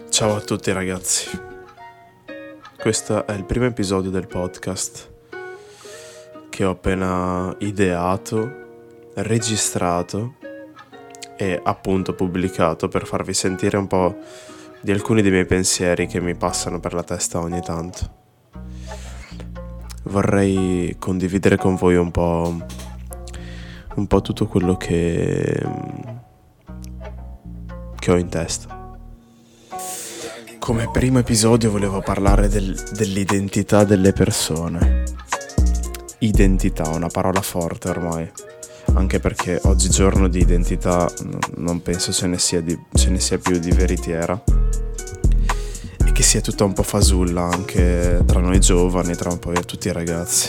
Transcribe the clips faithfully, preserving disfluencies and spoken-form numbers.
Ciao a tutti ragazzi, questo è il primo episodio del podcast che ho appena ideato, registrato e appunto pubblicato per farvi sentire un po' di alcuni dei miei pensieri che mi passano per la testa ogni tanto. Vorrei condividere con voi un po', un po' tutto quello che, che ho in testa. Come primo episodio volevo parlare del, dell'identità delle persone. Identità, una parola forte ormai, anche perché oggigiorno di identità non penso ce ne sia, di, ce ne sia più di veritiera e che sia tutta un po' fasulla anche tra noi giovani, tra un po' tutti i ragazzi.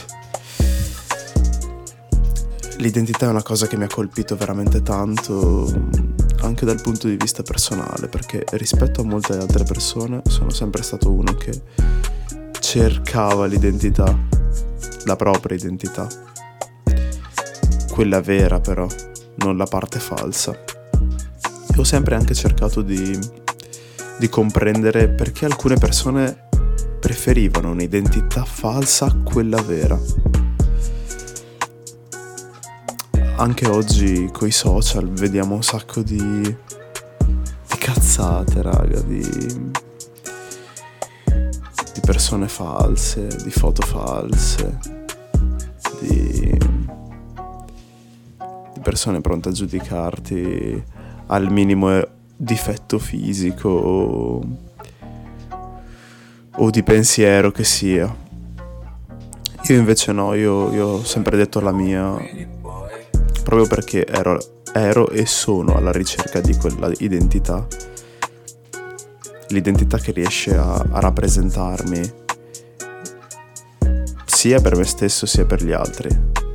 L'identità è una cosa che mi ha colpito veramente tanto anche dal punto di vista personale, perché rispetto a molte altre persone sono sempre stato uno che cercava l'identità, la propria identità, quella vera però, non la parte falsa. E ho sempre anche cercato di, di comprendere perché alcune persone preferivano un'identità falsa a quella vera. Anche oggi coi social vediamo un sacco di, di cazzate, raga, di, di persone false, di foto false, di, di persone pronte a giudicarti al minimo difetto fisico o, o di pensiero che sia. Io invece no, io, io ho sempre detto la mia, proprio perché ero, ero e sono alla ricerca di quella identità, l'identità che riesce a, a rappresentarmi sia per me stesso sia per gli altri.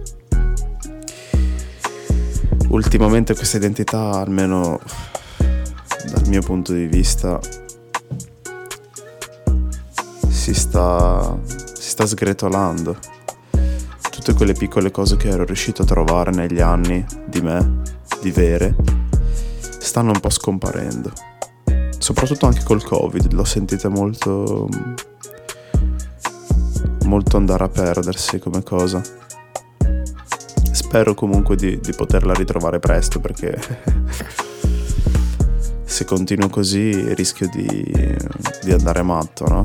Ultimamente questa identità, almeno dal mio punto di vista, si sta, si sta sgretolando. Tutte quelle piccole cose che ero riuscito a trovare negli anni di me, di vere, stanno un po' scomparendo. Soprattutto anche col Covid, l'ho sentita molto molto andare a perdersi come cosa. Spero comunque di, di poterla ritrovare presto, perché se continuo così rischio di, di andare matto, no?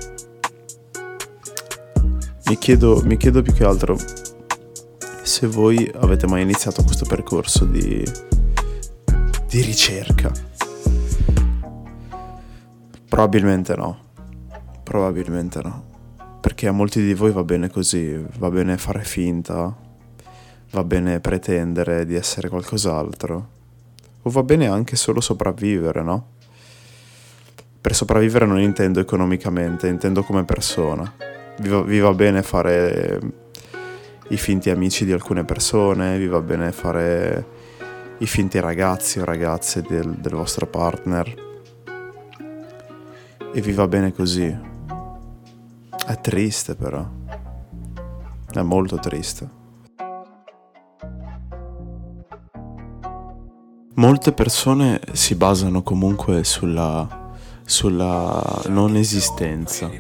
Mi chiedo, mi chiedo più che altro se voi avete mai iniziato questo percorso di, di ricerca. Probabilmente no, probabilmente no, perché a molti di voi va bene così, va bene fare finta, va bene pretendere di essere qualcos'altro, o va bene anche solo sopravvivere, no? Per sopravvivere non intendo economicamente, intendo come persona. Vi va, vi va bene fare i finti amici di alcune persone, vi va bene fare i finti ragazzi o ragazze del, del vostro partner, e vi va bene così. È triste però, è molto triste. Molte persone si basano comunque sulla, sulla non esistenza.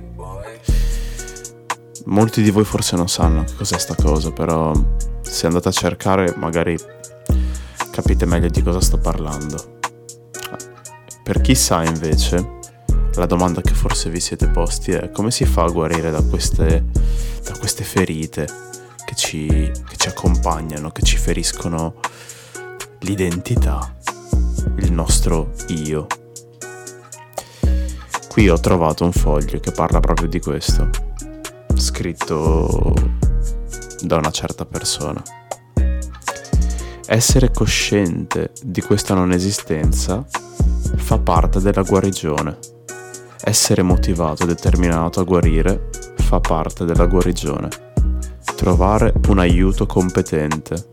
Molti di voi forse non sanno che cos'è sta cosa, però se andate a cercare magari capite meglio di cosa sto parlando. Per chi sa invece, la domanda che forse vi siete posti è: come si fa a guarire da queste, da queste ferite che ci, che ci accompagnano, che ci feriscono l'identità, il nostro io? Qui ho trovato un foglio che parla proprio di questo, scritto da una certa persona. Essere cosciente di questa non esistenza fa parte della guarigione. Essere motivato e determinato a guarire fa parte della guarigione. Trovare un aiuto competente.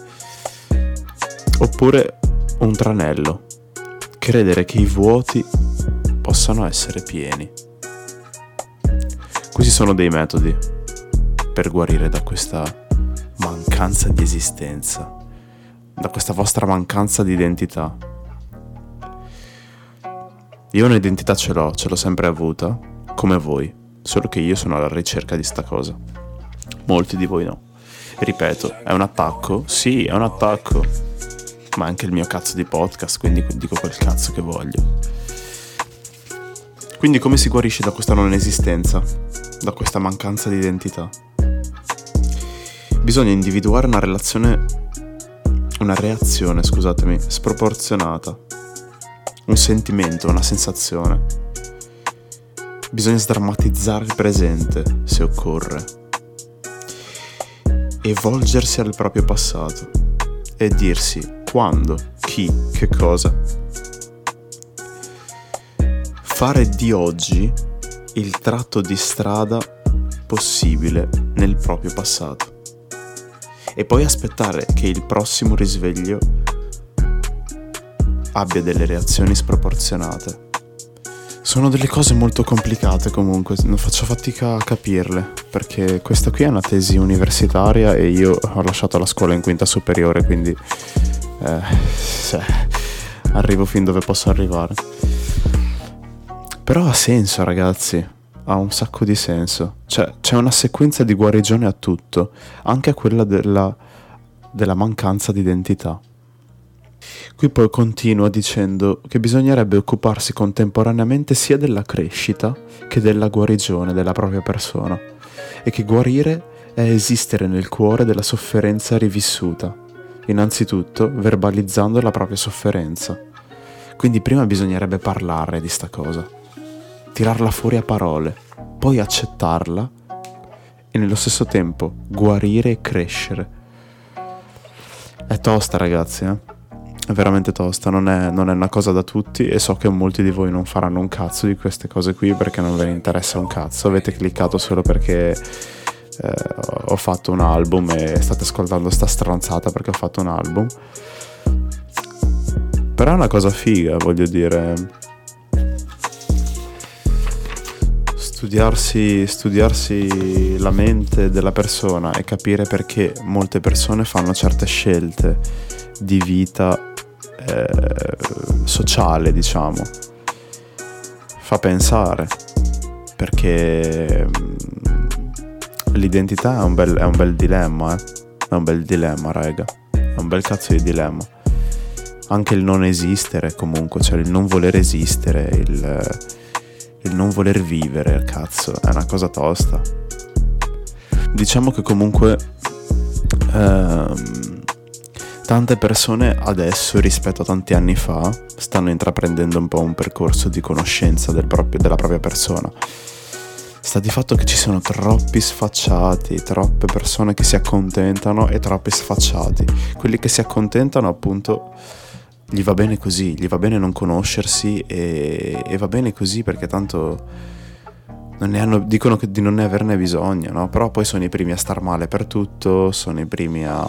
Oppure un tranello. Credere che i vuoti possano essere pieni. Questi sono dei metodi per guarire da questa mancanza di esistenza, da questa vostra mancanza di identità. Io un'identità ce l'ho, ce l'ho sempre avuta, come voi, solo che io sono alla ricerca di sta cosa. Molti di voi no. Ripeto, è un attacco? Sì, è un attacco, ma anche il mio cazzo di podcast, quindi dico quel cazzo che voglio. Quindi come si guarisce da questa non esistenza, da questa mancanza di identità? Bisogna individuare una relazione, una reazione, scusatemi, sproporzionata, un sentimento, una sensazione. Bisogna sdrammatizzare il presente, se occorre, e volgersi al proprio passato e dirsi quando, chi, che cosa. Fare di oggi il tratto di strada possibile nel proprio passato e poi aspettare che il prossimo risveglio abbia delle reazioni sproporzionate. Sono delle cose molto complicate comunque, non faccio fatica a capirle, perché questa qui è una tesi universitaria e io ho lasciato la scuola in quinta superiore, quindi eh, sì, arrivo fin dove posso arrivare. Però ha senso, ragazzi, ha un sacco di senso. Cioè, c'è una sequenza di guarigione a tutto, anche a quella della, della mancanza di identità. Qui poi continua dicendo che bisognerebbe occuparsi contemporaneamente sia della crescita che della guarigione della propria persona, e che guarire è esistere nel cuore della sofferenza rivissuta, innanzitutto verbalizzando la propria sofferenza. Quindi prima bisognerebbe parlare di sta cosa, tirarla fuori a parole, poi accettarla e nello stesso tempo guarire e crescere. È tosta, ragazzi, eh? È veramente tosta, non è, non è una cosa da tutti, e so che molti di voi non faranno un cazzo di queste cose qui perché non ve ne interessa un cazzo. Avete cliccato solo perché eh, ho fatto un album e state ascoltando sta stronzata perché ho fatto un album. Però è una cosa figa, voglio dire. Studiarsi, studiarsi la mente della persona e capire perché molte persone fanno certe scelte di vita eh, sociale, diciamo, fa pensare, perché mh, l'identità è un bel, è un bel dilemma, eh? È un bel dilemma, raga, è un bel cazzo di dilemma. Anche il non esistere, comunque, cioè il non voler esistere, il, il non voler vivere, cazzo, è una cosa tosta. Diciamo che comunque ehm, tante persone adesso, rispetto a tanti anni fa, stanno intraprendendo un po' un percorso di conoscenza del proprio, della propria persona. Sta di fatto che ci sono troppi sfacciati, troppe persone che si accontentano e troppi sfacciati. Quelli che si accontentano, appunto, gli va bene così, gli va bene non conoscersi e, e va bene così perché tanto non ne hanno, dicono che di non ne averne bisogno, no? Però poi sono i primi a star male per tutto, sono i primi a,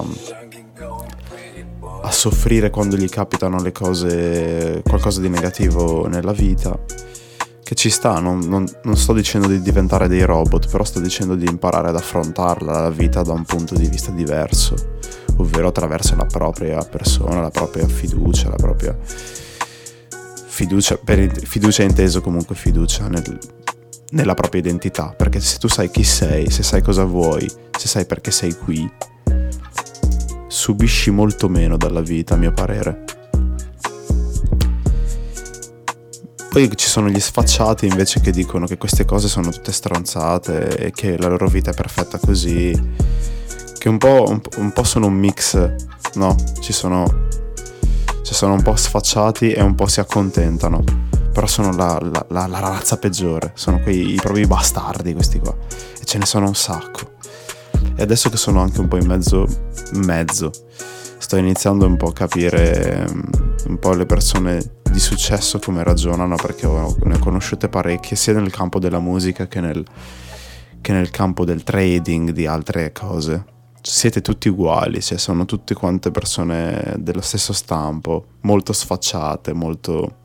a soffrire quando gli capitano le cose, qualcosa di negativo nella vita, che ci sta, non, non, non sto dicendo di diventare dei robot, però sto dicendo di imparare ad affrontarla, la vita, da un punto di vista diverso, ovvero attraverso la propria persona, la propria fiducia, la propria fiducia, per fiducia inteso comunque fiducia nel, nella propria identità, perché se tu sai chi sei, se sai cosa vuoi, se sai perché sei qui, subisci molto meno dalla vita, a mio parere. Poi ci sono gli sfacciati invece che dicono che queste cose sono tutte stronzate e che la loro vita è perfetta così, che un po', un, un po' sono un mix, no? Ci sono, ci sono un po' sfacciati e un po' si accontentano, però sono la, la, la, la razza peggiore, sono quei i propri bastardi questi qua, e ce ne sono un sacco. E adesso che sono anche un po' in mezzo, mezzo, sto iniziando un po' a capire um, un po' le persone di successo come ragionano, perché ho, ne ho conosciute parecchie sia nel campo della musica che nel, che nel campo del trading, di altre cose. Siete tutti uguali, cioè sono tutte quante persone dello stesso stampo, molto sfacciate, molto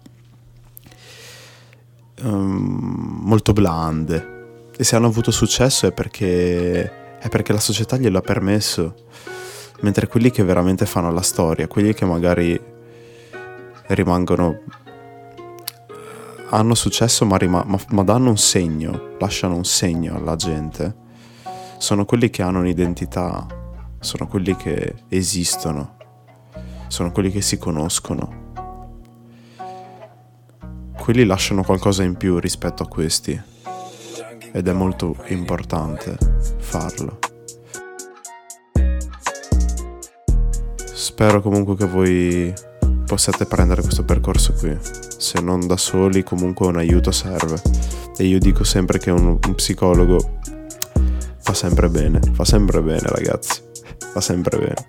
um, molto blande, e se hanno avuto successo è perché è perché la società glielo ha permesso, mentre quelli che veramente fanno la storia, quelli che magari rimangono hanno successo ma, rima- ma, ma danno un segno, lasciano un segno alla gente, sono quelli che hanno un'identità, sono quelli che esistono, sono quelli che si conoscono. Quelli lasciano qualcosa in più rispetto a questi ed è molto importante farlo. Spero comunque che voi possiate prendere questo percorso qui. Se non da soli, comunque un aiuto serve. E io dico sempre che un, un psicologo fa sempre bene, fa sempre bene ragazzi, fa sempre bene.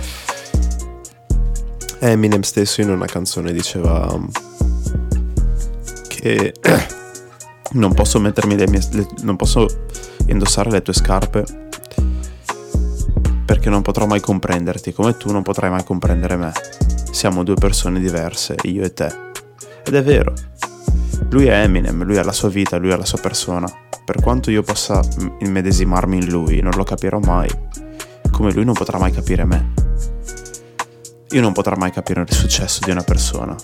Eminem stesso in una canzone diceva che non posso mettermi le mie, le, non posso indossare le tue scarpe perché non potrò mai comprenderti, come tu non potrai mai comprendere me. Siamo due persone diverse, io e te. Ed è vero. Lui è Eminem, lui ha la sua vita, lui ha la sua persona. Per quanto io possa immedesimarmi in lui, non lo capirò mai. Come lui non potrà mai capire me. Io non potrò mai capire il successo di una persona.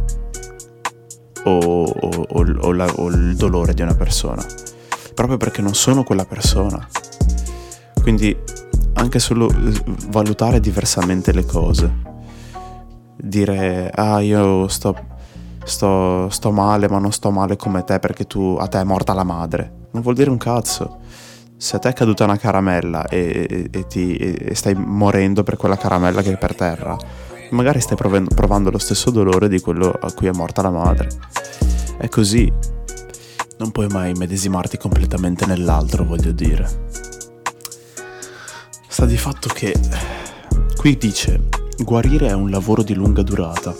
O, o, o, o, la, o il dolore di una persona. Proprio perché non sono quella persona. Quindi anche solo valutare diversamente le cose. Dire, ah io sto, sto, sto male ma non sto male come te perché tu, a te è morta la madre. Non vuol dire un cazzo. Se a te è caduta una caramella e, e, ti, e stai morendo per quella caramella che è per terra, magari stai provando, provando lo stesso dolore di quello a cui è morta la madre. È così. Non puoi mai medesimarti completamente nell'altro, voglio dire. Sta di fatto che qui dice: guarire è un lavoro di lunga durata.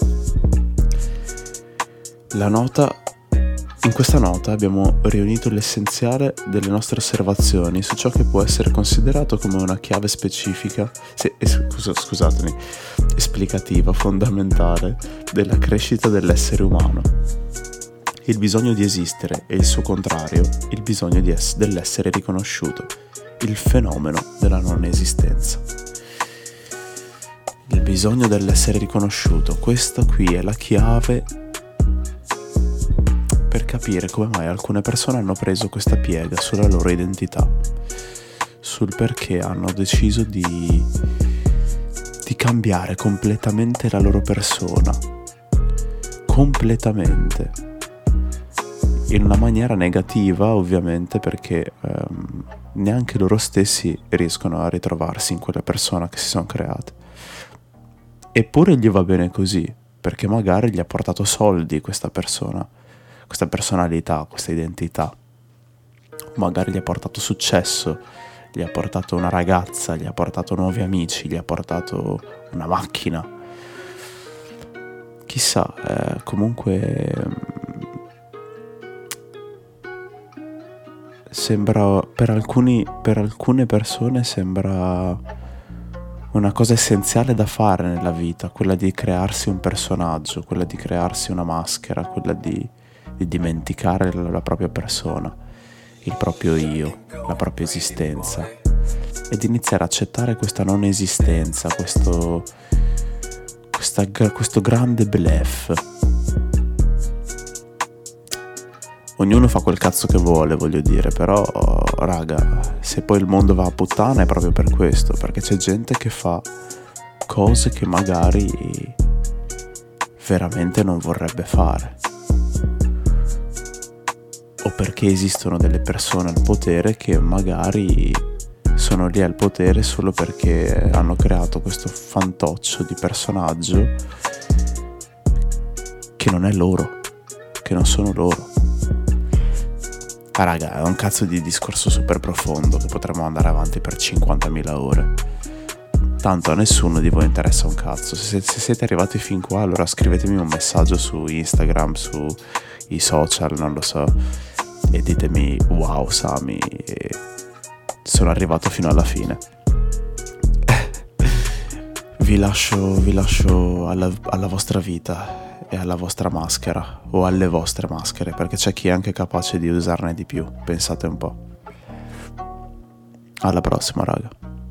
La nota, in questa nota abbiamo riunito l'essenziale delle nostre osservazioni su ciò che può essere considerato come una chiave specifica, se, es, scusatemi, esplicativa, fondamentale della crescita dell'essere umano. Il bisogno di esistere e il suo contrario, il bisogno di ess- dell'essere riconosciuto, il fenomeno della non esistenza. Il bisogno dell'essere riconosciuto, questa qui è la chiave per capire come mai alcune persone hanno preso questa piega sulla loro identità, sul perché hanno deciso di, di cambiare completamente la loro persona, completamente, in una maniera negativa ovviamente, perché ehm, neanche loro stessi riescono a ritrovarsi in quella persona che si sono create. Eppure gli va bene così, perché magari gli ha portato soldi questa persona, questa personalità, questa identità. Magari gli ha portato successo, gli ha portato una ragazza, gli ha portato nuovi amici, gli ha portato una macchina. Chissà, eh, comunque sembra, per alcuni, per alcune persone sembra una cosa essenziale da fare nella vita, quella di crearsi un personaggio, quella di crearsi una maschera, quella di, di dimenticare la, la propria persona, il proprio io, la propria esistenza, ed iniziare a accettare questa non esistenza, questo, questa, questo grande bluff. Ognuno fa quel cazzo che vuole, voglio dire, però, raga, se poi il mondo va a puttana è proprio per questo, perché c'è gente che fa cose che magari veramente non vorrebbe fare, o perché esistono delle persone al potere che magari sono lì al potere solo perché hanno creato questo fantoccio di personaggio che non è loro, che non sono loro. Ah raga, è un cazzo di discorso super profondo che potremmo andare avanti per cinquantamila ore. Tanto a nessuno di voi interessa un cazzo. Se, se siete arrivati fin qua, allora scrivetemi un messaggio su Instagram, sui social, non lo so, e ditemi: wow Sami, sono arrivato fino alla fine. vi lascio, vi lascio alla, alla vostra vita e alla vostra maschera, o alle vostre maschere, perché c'è chi è anche capace di usarne di più. Pensate un po'. Alla prossima, raga.